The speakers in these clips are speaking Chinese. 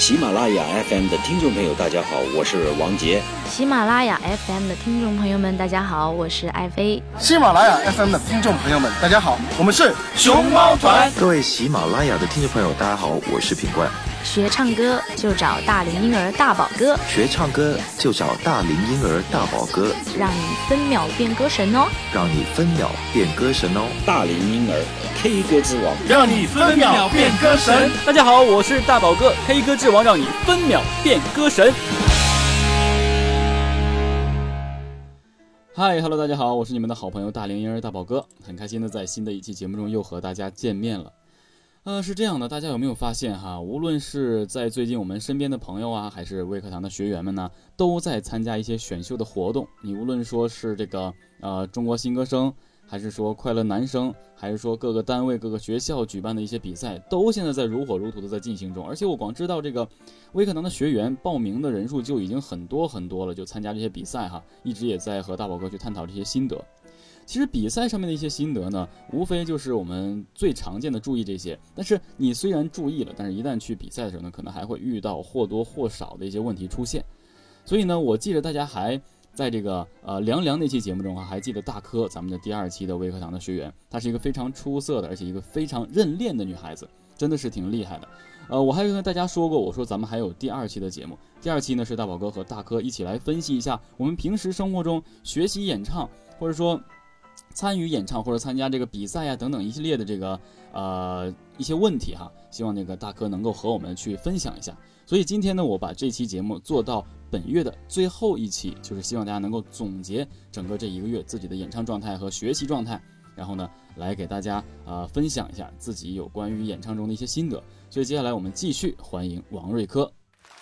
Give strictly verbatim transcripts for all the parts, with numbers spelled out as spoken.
喜马拉雅 F M 的听众朋友，大家好，我是王杰。 喜马拉雅 F M 的听众朋友们，大家好，我是艾菲。 喜马拉雅 F M 的听众朋友们，大家好，我们是熊猫团。 各位喜马拉雅的听众朋友，大家好，我是品冠。 学唱歌就找大龄婴儿大宝哥， 学唱歌就找大龄婴儿大宝哥， 让你分秒变歌神哦， 让你分秒变歌神哦。 大龄婴儿 K 歌之王， 让你分秒变歌神。 大家好，我是大宝哥 K 歌之王，让你分秒变歌神。嗨 ，Hello， 大家好，我是你们的好朋友大龄婴儿大宝哥，很开心的在新的一期节目中又和大家见面了。呃，是这样的，大家有没有发现哈？无论是在最近我们身边的朋友啊，还是微课堂的学员们呢，都在参加一些选秀的活动。你无论说是这个呃中国新歌声，还是说快乐男声，还是说各个单位、各个学校举办的一些比赛，都现在在如火如荼的在进行中。而且我光知道这个微课堂的学员报名的人数就已经很多很多了，就参加这些比赛哈，一直也在和大宝哥去探讨这些心得。其实比赛上面的一些心得呢，无非就是我们最常见的注意这些，但是你虽然注意了，但是一旦去比赛的时候呢，可能还会遇到或多或少的一些问题出现。所以呢，我记得大家还在这个呃凉凉那期节目中啊，还记得大科咱们的第二期的微课堂的学员，她是一个非常出色的，而且一个非常认练的女孩子，真的是挺厉害的。呃，我还跟大家说过，我说咱们还有第二期的节目，第二期呢是大宝哥和大科一起来分析一下我们平时生活中学习演唱，或者说参与演唱或者参加这个比赛呀、啊、等等一系列的这个呃一些问题哈，希望那个大科能够和我们去分享一下。所以今天呢，我把这期节目做到本月的最后一期，就是希望大家能够总结整个这一个月自己的演唱状态和学习状态，然后呢来给大家呃分享一下自己有关于演唱中的一些心得。所以接下来我们继续欢迎王瑞科。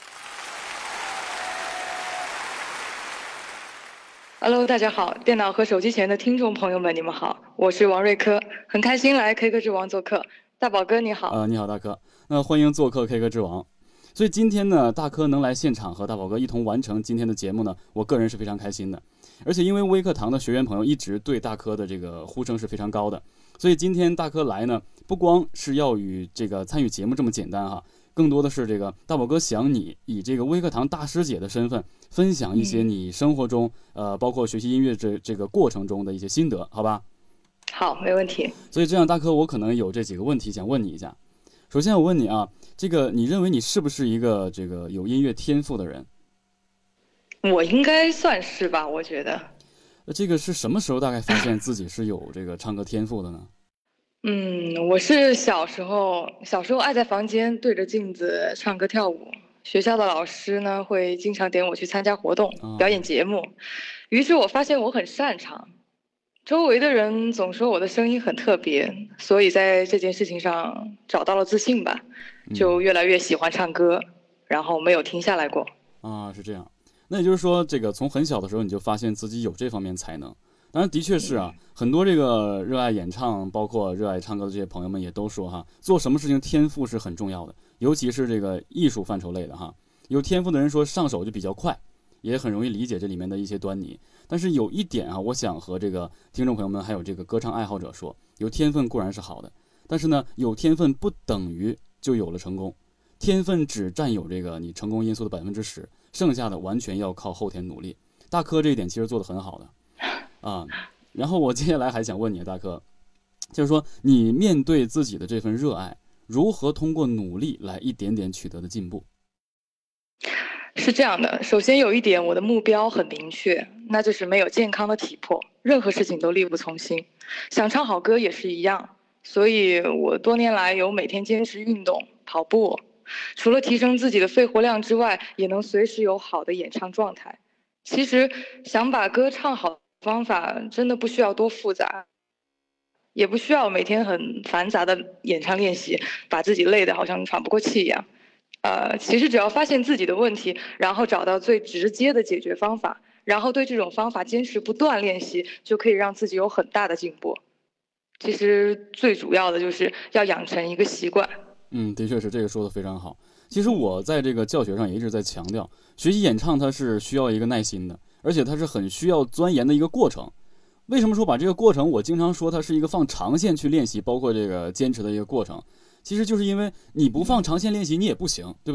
Hello， 大家好，电脑和手机前的听众朋友们，你们好，我是王瑞科，很开心来 K 歌之王做客。大宝哥你好。 呃，你好大科，那欢迎做客 K 歌之王。所以今天呢，大科能来现场和大宝哥一同完成今天的节目呢，我个人是非常开心的。而且因为微课堂的学员朋友一直对大科的这个呼声是非常高的，所以今天大科来呢，不光是要与这个参与节目这么简单哈，更多的是这个大宝哥想你以这个微课堂大师姐的身份，分享一些你生活中、嗯、呃，包括学习音乐这这个过程中的一些心得，好吧？ 好，没问题。 所以这样，大科我可能有这几个问题想问你一下。首先我问你啊，这个你认为你是不是一个这个有音乐天赋的人？ 我应该算是吧，我觉得。 这个是什么时候大概发现自己是有这个唱歌天赋的呢？ 嗯，我是小时候，小时候爱在房间对着镜子唱歌跳舞，学校的老师呢会经常点我去参加活动、哦、表演节目，于是我发现我很擅长。周围的人总说我的声音很特别，所以在这件事情上找到了自信吧，就越来越喜欢唱歌、嗯、然后没有停下来过。 啊，是这样。那也就是说，这个从很小的时候你就发现自己有这方面才能。当然的确是啊、嗯、很多这个热爱演唱包括热爱唱歌的这些朋友们也都说哈，做什么事情天赋是很重要的，尤其是这个艺术范畴类的哈。有天赋的人说上手就比较快，也很容易理解这里面的一些端倪。但是有一点啊，我想和这个听众朋友们还有这个歌唱爱好者说，有天分固然是好的，但是呢，有天分不等于就有了成功，天分只占有这个你成功因素的百分之十，剩下的完全要靠后天努力。大科这一点其实做得很好的啊。然后我接下来还想问你，大科，就是说你面对自己的这份热爱，如何通过努力来一点点取得的进步？ 是这样的，首先有一点，我的目标很明确，那就是没有健康的体魄，任何事情都力不从心。想唱好歌也是一样，所以我多年来有每天坚持运动、跑步，除了提升自己的肺活量之外，也能随时有好的演唱状态。其实想把歌唱好的方法真的不需要多复杂，也不需要每天很繁杂的演唱练习，把自己累得好像喘不过气一样。呃，其实只要发现自己的问题，然后找到最直接的解决方法，然后对这种方法坚持不断练习，就可以让自己有很大的进步。其实最主要的就是要养成一个习惯。 嗯，的确是，这个说的非常好。其实我在这个教学上也一直在强调，学习演唱它是需要一个耐心的，而且它是很需要钻研的一个过程。为什么说把这个过程，我经常说它是一个放长线去练习，包括这个坚持的一个过程，其实就是因为你不放长线练习你也不行，对不对？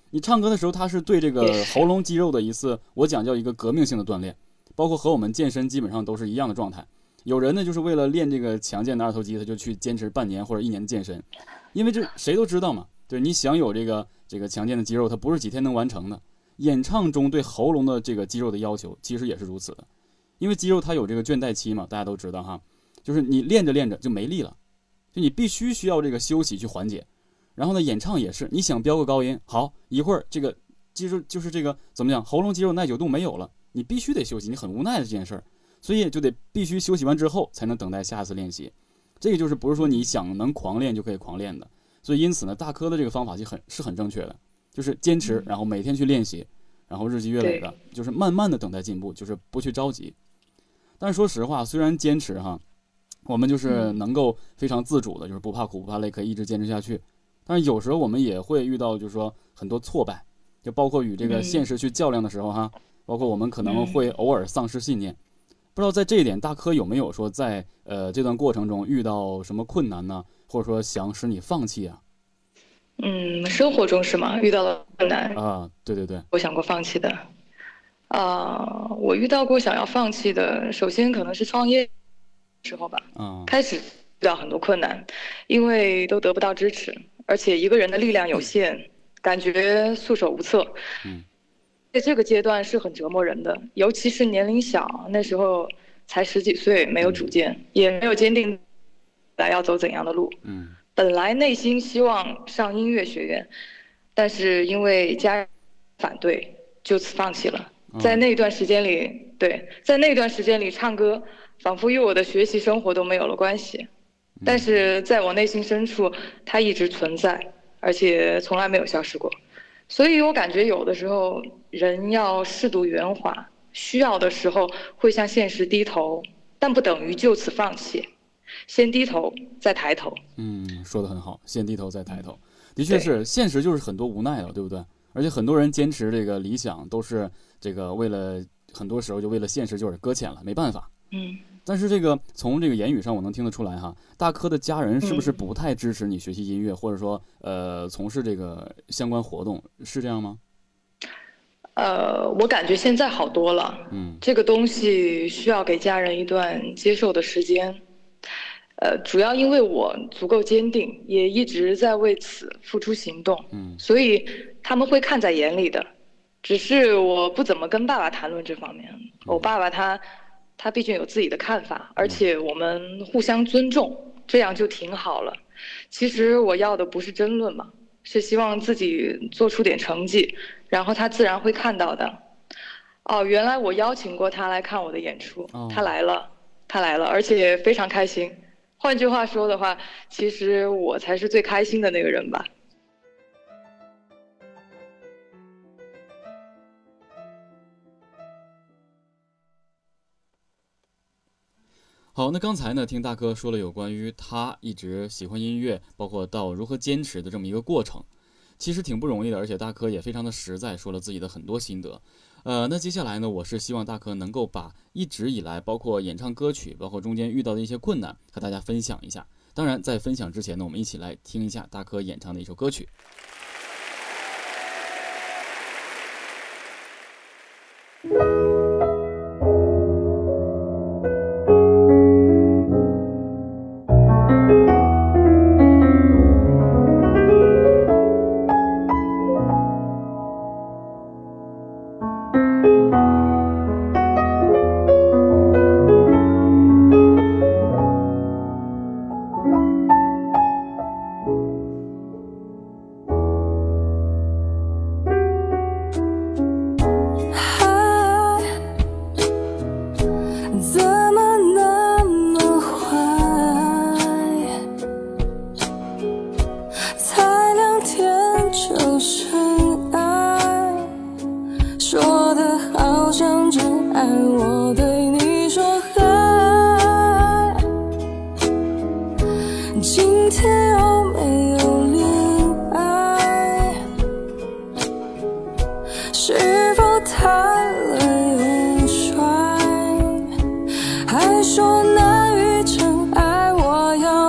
你唱歌的时候，它是对这个喉咙肌肉的一次，我讲叫一个革命性的锻炼，包括和我们健身基本上都是一样的状态。有人呢，就是为了练这个强健的二头肌，他就去坚持半年或者一年的健身，因为这谁都知道嘛，对你想有这个这个强健的肌肉，它不是几天能完成的。演唱中对喉咙的这个肌肉的要求，其实也是如此的，因为肌肉它有这个倦怠期嘛，大家都知道哈，就是你练着练着就没力了，就你必须需要这个休息去缓解。然后呢，演唱也是，你想飙个高音，好，一会儿这个肌肉就是这个怎么讲，喉咙肌肉耐久度没有了，你必须得休息，你很无奈的这件事儿，所以就得必须休息完之后才能等待下次练习。这个就是不是说你想能狂练就可以狂练的，所以因此呢，大科的这个方法是很是很正确的，就是坚持，然后每天去练习，然后日积月累的，就是慢慢的等待进步，就是不去着急。但是说实话，虽然坚持哈，我们就是能够非常自主的，就是不怕苦不怕累，可以一直坚持下去。但是有时候我们也会遇到，就是说很多挫败，就包括与这个现实去较量的时候哈，包括我们可能会偶尔丧失信念。不知道在这一点，大科有没有说在呃这段过程中遇到什么困难呢？或者说想使你放弃啊？ 嗯，生活中是吗？遇到了困难啊？对对对， 我想过放弃的。啊、呃，我遇到过想要放弃的，首先可能是创业时候吧。啊，开始遇到很多困难，因为都得不到支持。而且一个人的力量有限，感觉束手无策。嗯，在这个阶段是很折磨人的，尤其是年龄小，那时候才十几岁，没有主见，嗯、也没有坚定来要走怎样的路。嗯，本来内心希望上音乐学院，但是因为家人反对，就此放弃了。嗯、在那段时间里，对，在那段时间里唱歌，仿佛与我的学习生活都没有了关系。但是在我内心深处，它一直存在，而且从来没有消失过。所以我感觉有的时候人要适度圆滑，需要的时候会向现实低头，但不等于就此放弃，先低头再抬头。嗯， 说得很好，先低头再抬头，的确是，现实就是很多无奈了，对不对？而且很多人坚持这个理想，都是这个为了，很多时候就为了现实就是搁浅了，没办法。嗯。但是这个从这个言语上我能听得出来哈，大科的家人是不是不太支持你学习音乐，嗯、或者说呃从事这个相关活动，是这样吗？ 呃，我感觉现在好多了。嗯，这个东西需要给家人一段接受的时间。呃，主要因为我足够坚定，也一直在为此付出行动。嗯，所以他们会看在眼里的。只是我不怎么跟爸爸谈论这方面。嗯、我爸爸他。他毕竟有自己的看法，而且我们互相尊重，这样就挺好了。其实我要的不是争论嘛，是希望自己做出点成绩，然后他自然会看到的。哦，原来我邀请过他来看我的演出，哦、他来了，他来了，而且非常开心。换句话说的话，其实我才是最开心的那个人吧。 好，那刚才呢，听大哥说了有关于他一直喜欢音乐，包括到如何坚持的这么一个过程，其实挺不容易的，而且大哥也非常的实在，说了自己的很多心得。呃，那接下来呢，我是希望大哥能够把一直以来，包括演唱歌曲，包括中间遇到的一些困难，和大家分享一下。当然，在分享之前呢，我们一起来听一下大哥演唱的一首歌曲。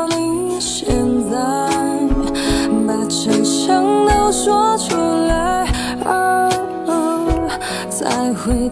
真相都说出来。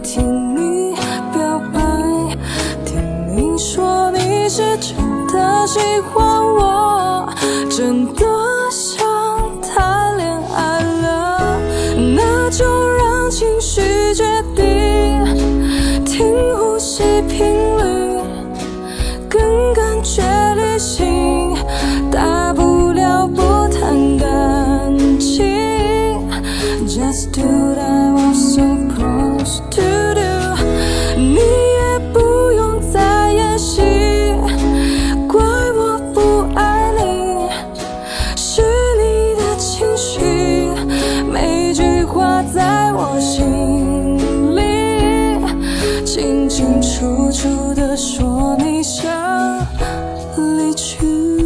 听你表白，听你说你是真的喜欢我，真的想谈恋爱了，那就让情绪决定，听呼吸频率，跟感觉旅行，大不了不谈感情， Just do that I'm supposed to do， 你也不用再演戏，怪我不爱你，是你的情绪，每句话在我心里，清清楚楚地说你想离去。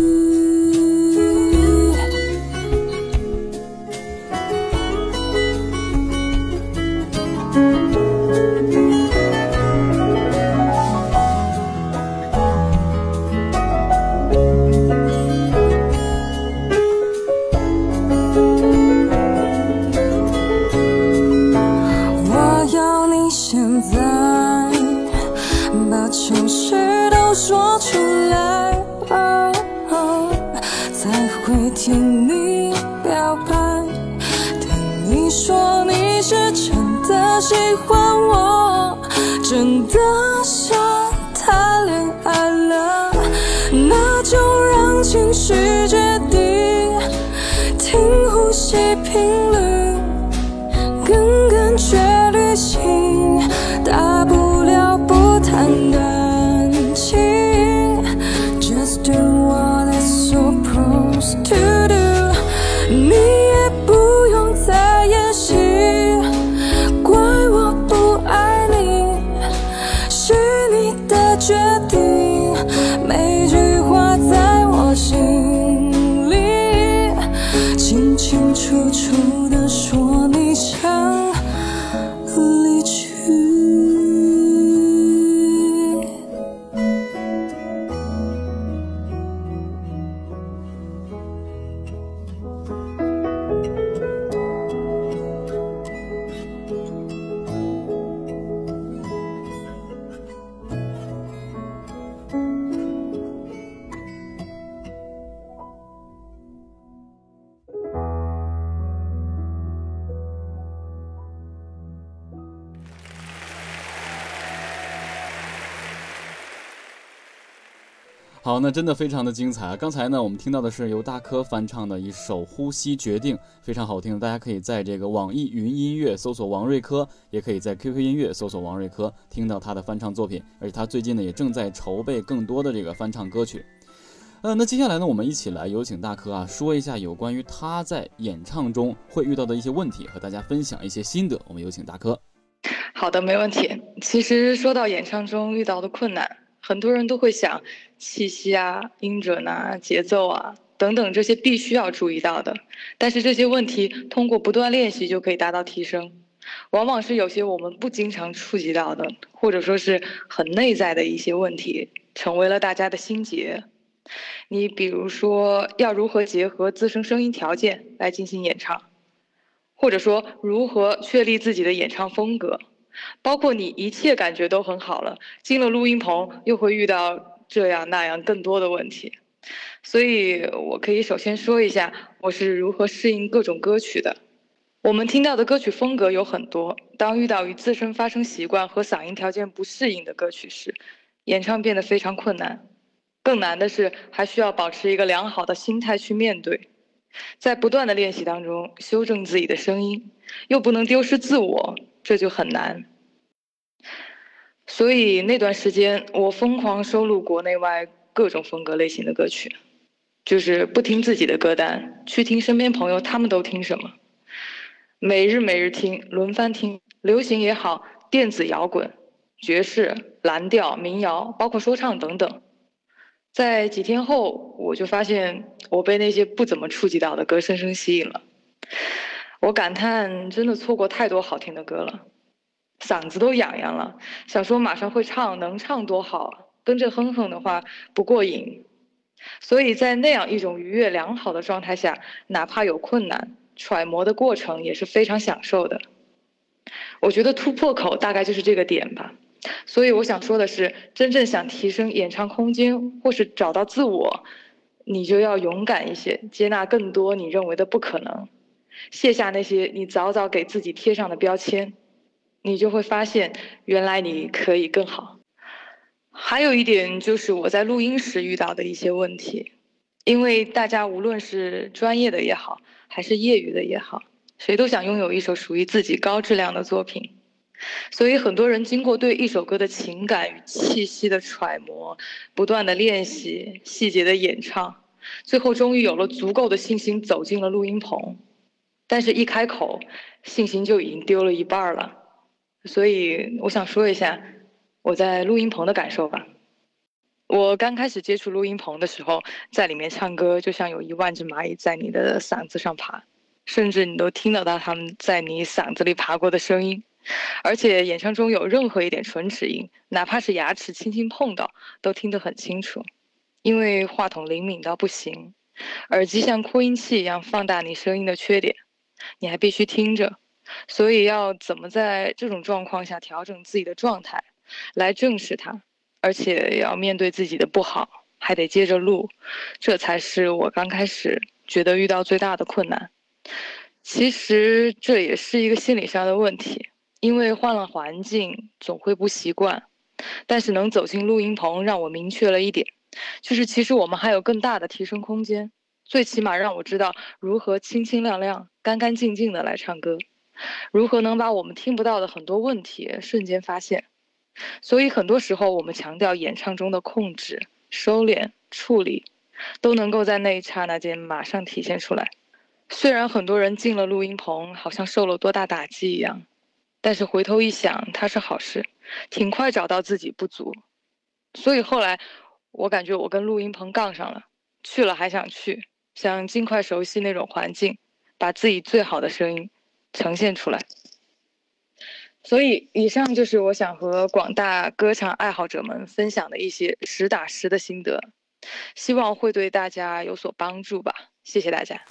我要你现在把情绪都说出来，哦哦，才会听你表白，听你说你是真的喜欢我，真的想谈恋爱了，那就让情绪决定，听呼吸频率，跟感觉旅行，大不了不谈感情， Just do what I'm supposed to do， 你也不用再演戏，怪我不爱你，是你的决定，每句话在我心里，清清楚楚地说你想离去。 好，那真的非常的精彩啊！刚才呢，我们听到的是由大柯翻唱的一首《呼吸决定》，非常好听。大家可以在这个网易云音乐搜索王瑞科，也可以在 Q Q 音乐搜索王瑞科，听到他的翻唱作品。而且他最近呢，也正在筹备更多的这个翻唱歌曲。呃，那接下来呢，我们一起来有请大柯啊，说一下有关于他在演唱中会遇到的一些问题，和大家分享一些心得。我们有请大柯。 好的，没问题。其实说到演唱中遇到的困难，很多人都会想气息啊、音准啊、节奏啊等等这些必须要注意到的，但是这些问题通过不断练习就可以达到提升。往往是有些我们不经常触及到的，或者说是很内在的一些问题，成为了大家的心结。你比如说要如何结合自身声音条件来进行演唱，或者说如何确立自己的演唱风格，包括你一切感觉都很好了，进了录音棚又会遇到这样那样更多的问题。所以我可以首先说一下我是如何适应各种歌曲的。我们听到的歌曲风格有很多，当遇到与自身发声习惯和嗓音条件不适应的歌曲时，演唱变得非常困难。更难的是还需要保持一个良好的心态去面对，在不断的练习当中修正自己的声音，又不能丢失自我，这就很难。所以那段时间我疯狂收录国内外各种风格类型的歌曲，就是不听自己的歌单，去听身边朋友他们都听什么，每日每日听，轮番听，流行也好，电子摇滚、爵士、蓝调、民谣，包括说唱等等。在几天后，我就发现我被那些不怎么触及到的歌深深吸引了。我感叹真的错过太多好听的歌了，嗓子都痒痒了，想说马上会唱，能唱多好，跟着哼哼的话不过瘾。所以在那样一种愉悦良好的状态下，哪怕有困难，揣摩的过程也是非常享受的。 我觉得突破口大概就是这个点吧。所以我想说的是，真正想提升演唱空间或是找到自我，你就要勇敢一些，接纳更多你认为的不可能，卸下那些你早早给自己贴上的标签，你就会发现原来你可以更好。还有一点就是我在录音时遇到的一些问题，因为大家无论是专业的也好，还是业余的也好，谁都想拥有一首属于自己高质量的作品。所以很多人经过对一首歌的情感与气息的揣摩，不断的练习细节的演唱，最后终于有了足够的信心走进了录音棚，但是一开口信心就已经丢了一半了。所以我想说一下我在录音棚的感受吧。我刚开始接触录音棚的时候，在里面唱歌就像有一万只蚂蚁在你的嗓子上爬，甚至你都听得到它们在你嗓子里爬过的声音。而且演唱中有任何一点唇齿音，哪怕是牙齿轻轻碰到都听得很清楚，因为话筒灵敏到不行，耳机像扩音器一样放大你声音的缺点，你还必须听着。所以要怎么在这种状况下调整自己的状态来正视它，而且要面对自己的不好，还得接着录，这才是我刚开始觉得遇到最大的困难。其实这也是一个心理上的问题，因为换了环境总会不习惯，但是能走进录音棚让我明确了一点，就是其实我们还有更大的提升空间，最起码让我知道如何清清亮亮干干净净的来唱歌，如何能把我们听不到的很多问题瞬间发现。所以很多时候我们强调演唱中的控制、收敛、处理都能够在那一刹那间马上体现出来。虽然很多人进了录音棚好像受了多大打击一样，但是回头一想，它是好事，挺快找到自己不足。所以后来我感觉我跟录音棚杠上了，去了还想去，想尽快熟悉那种环境，把自己最好的声音呈现出来。所以以上就是我想和广大歌唱爱好者们分享的一些实打实的心得，希望会对大家有所帮助吧。谢谢大家。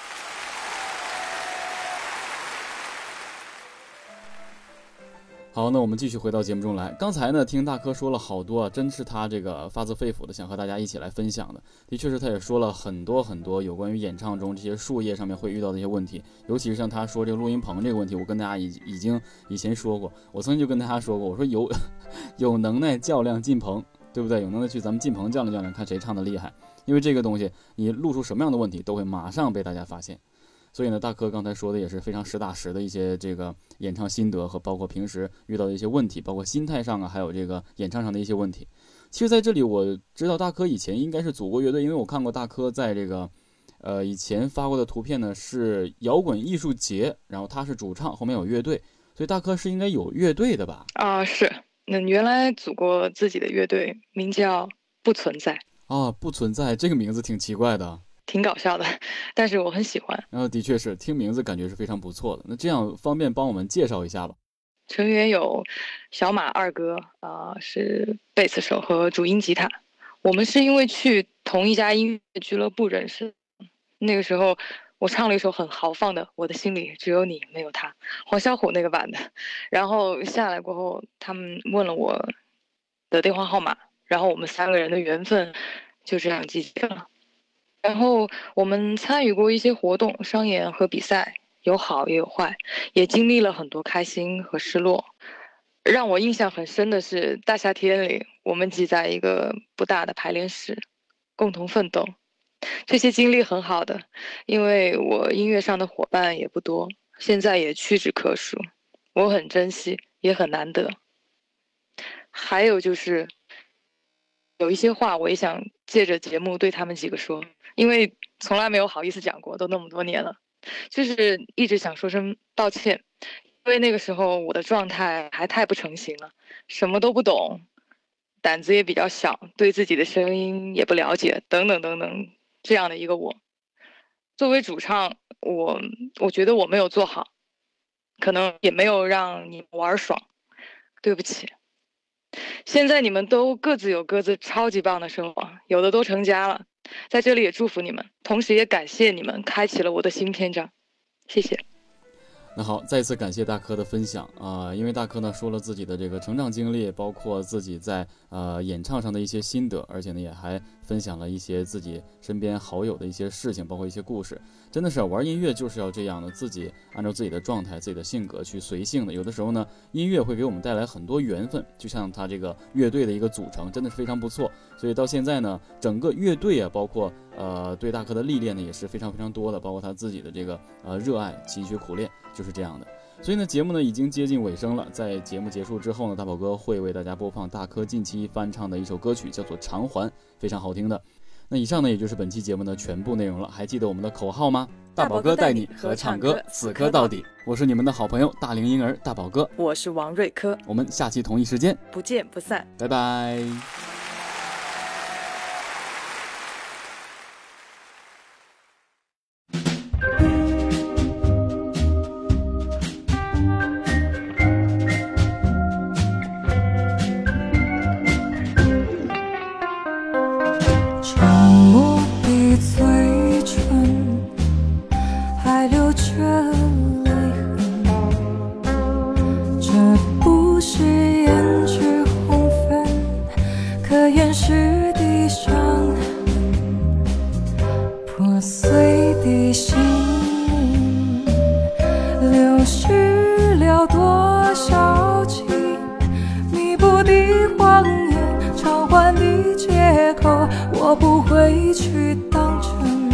好，那我们继续回到节目中来。刚才呢，听大哥说了好多啊，真是他这个发自肺腑的想和大家一起来分享的。的确是，他也说了很多很多有关于演唱中这些术业上面会遇到的一些问题，尤其是像他说这个录音棚这个问题，我跟大家已已经以前说过，我曾经就跟大家说过，我说有有能耐较量进棚，对不对？有能耐去咱们进棚较量较量，看谁唱的厉害。因为这个东西，你录出什么样的问题，都会马上被大家发现。所以呢，大哥刚才说的也是非常实打实的一些这个演唱心得和包括平时遇到的一些问题，包括心态上啊，还有这个演唱上的一些问题。其实在这里我知道大哥以前应该是组过乐队，因为我看过大哥在这个呃以前发过的图片呢是摇滚艺术节，然后他是主唱，后面有乐队，所以大哥是应该有乐队的吧？啊，是，那原来组过自己的乐队，名叫不存在。啊，不存在这个名字挺奇怪的。挺搞笑的，但是我很喜欢。然后的确是听名字感觉是非常不错的。那这样方便帮我们介绍一下吧？成员有小马二哥啊、呃，是贝斯手和主音吉他。我们是因为去同一家音乐俱乐部认识。那个时候我唱了一首很豪放的《我的心里只有你没有他》，黄小琥那个版的。然后下来过后，他们问了我的电话号码，然后我们三个人的缘分就这样集结了。然后我们参与过一些活动、商演和比赛，有好也有坏，也经历了很多开心和失落。让我印象很深的是大夏天里，我们挤在一个不大的排练室，共同奋斗。这些经历很好的，因为我音乐上的伙伴也不多，现在也屈指可数，我很珍惜，也很难得。还有就是有一些话我也想借着节目对他们几个说，因为从来没有好意思讲过，都那么多年了，就是一直想说声抱歉，因为那个时候我的状态还太不成型了，什么都不懂，胆子也比较小，对自己的声音也不了解，等等等等，这样的一个我。作为主唱，我我觉得我没有做好，可能也没有让你们玩爽，对不起。现在你们都各自有各自超级棒的生活，有的都成家了，在这里也祝福你们，同时也感谢你们开启了我的新篇章，谢谢。 那好，再次感谢大科的分享啊、呃！因为大科呢说了自己的这个成长经历，包括自己在呃演唱上的一些心得，而且呢也还分享了一些自己身边好友的一些事情，包括一些故事。真的是玩音乐就是要这样的，自己按照自己的状态、自己的性格去随性的。有的时候呢，音乐会给我们带来很多缘分，就像他这个乐队的一个组成，真的是非常不错。所以到现在呢，整个乐队啊，包括呃对大科的历练呢，也是非常非常多的，包括他自己的这个呃热爱、勤学苦练，就是这样的。所以呢，节目呢已经接近尾声了。在节目结束之后呢，大宝哥会为大家播放大科近期翻唱的一首歌曲，叫做《偿还》，非常好听的。那以上呢，也就是本期节目的全部内容了。还记得我们的口号吗？大宝哥带你和唱歌死磕到底。我是你们的好朋友大龄婴儿大宝哥， 我是王瑞科， 我们下期同一时间不见不散， 拜拜。 我不会去当真，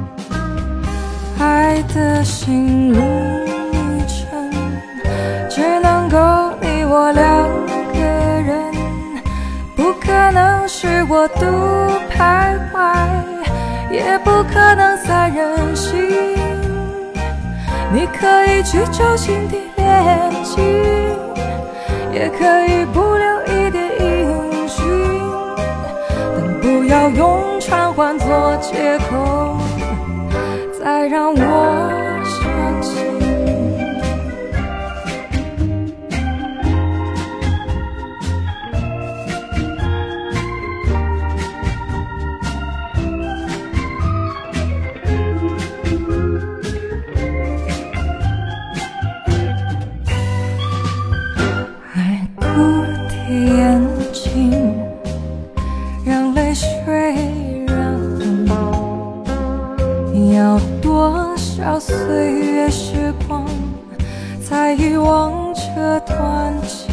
爱的心路历程只能够你我两个人，不可能是我独徘徊，也不可能三人行。你可以去找心底恋情，也可以不留一点音讯，不要用偿还做借口，再让我伤心。爱哭的眼睛让泪水染红，要多少岁月时光才遗忘这段情？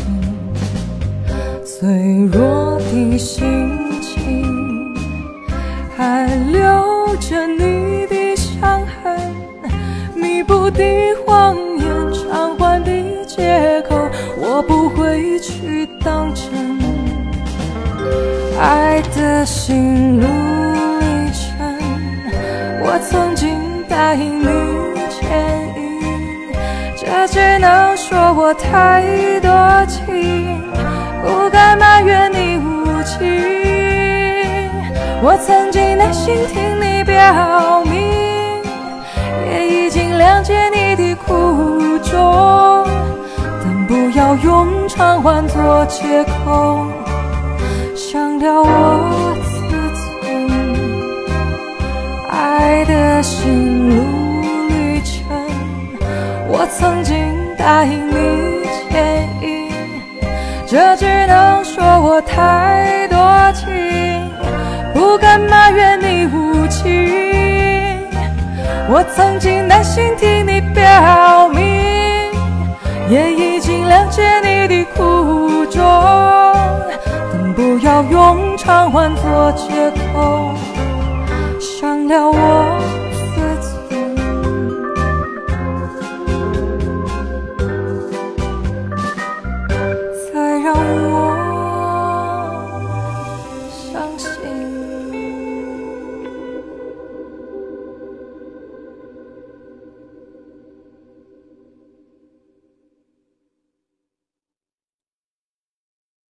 脆弱的心情还留着你的伤痕，弥补的谎言，偿还的借口，我不会去当真。爱的心路历程，我曾经答应你牵引，这只能说我太多情，不该埋怨你无情。我曾经耐心听你表明，也已经谅解你的苦衷，但不要用偿还做借口，伤了我自尊。爱的心路历程，我曾经答应你牵引，这只能说我太多情，不敢埋怨你无情。我曾经耐心听你表明，也已经谅解你的苦衷，不要用偿还做借口，伤了我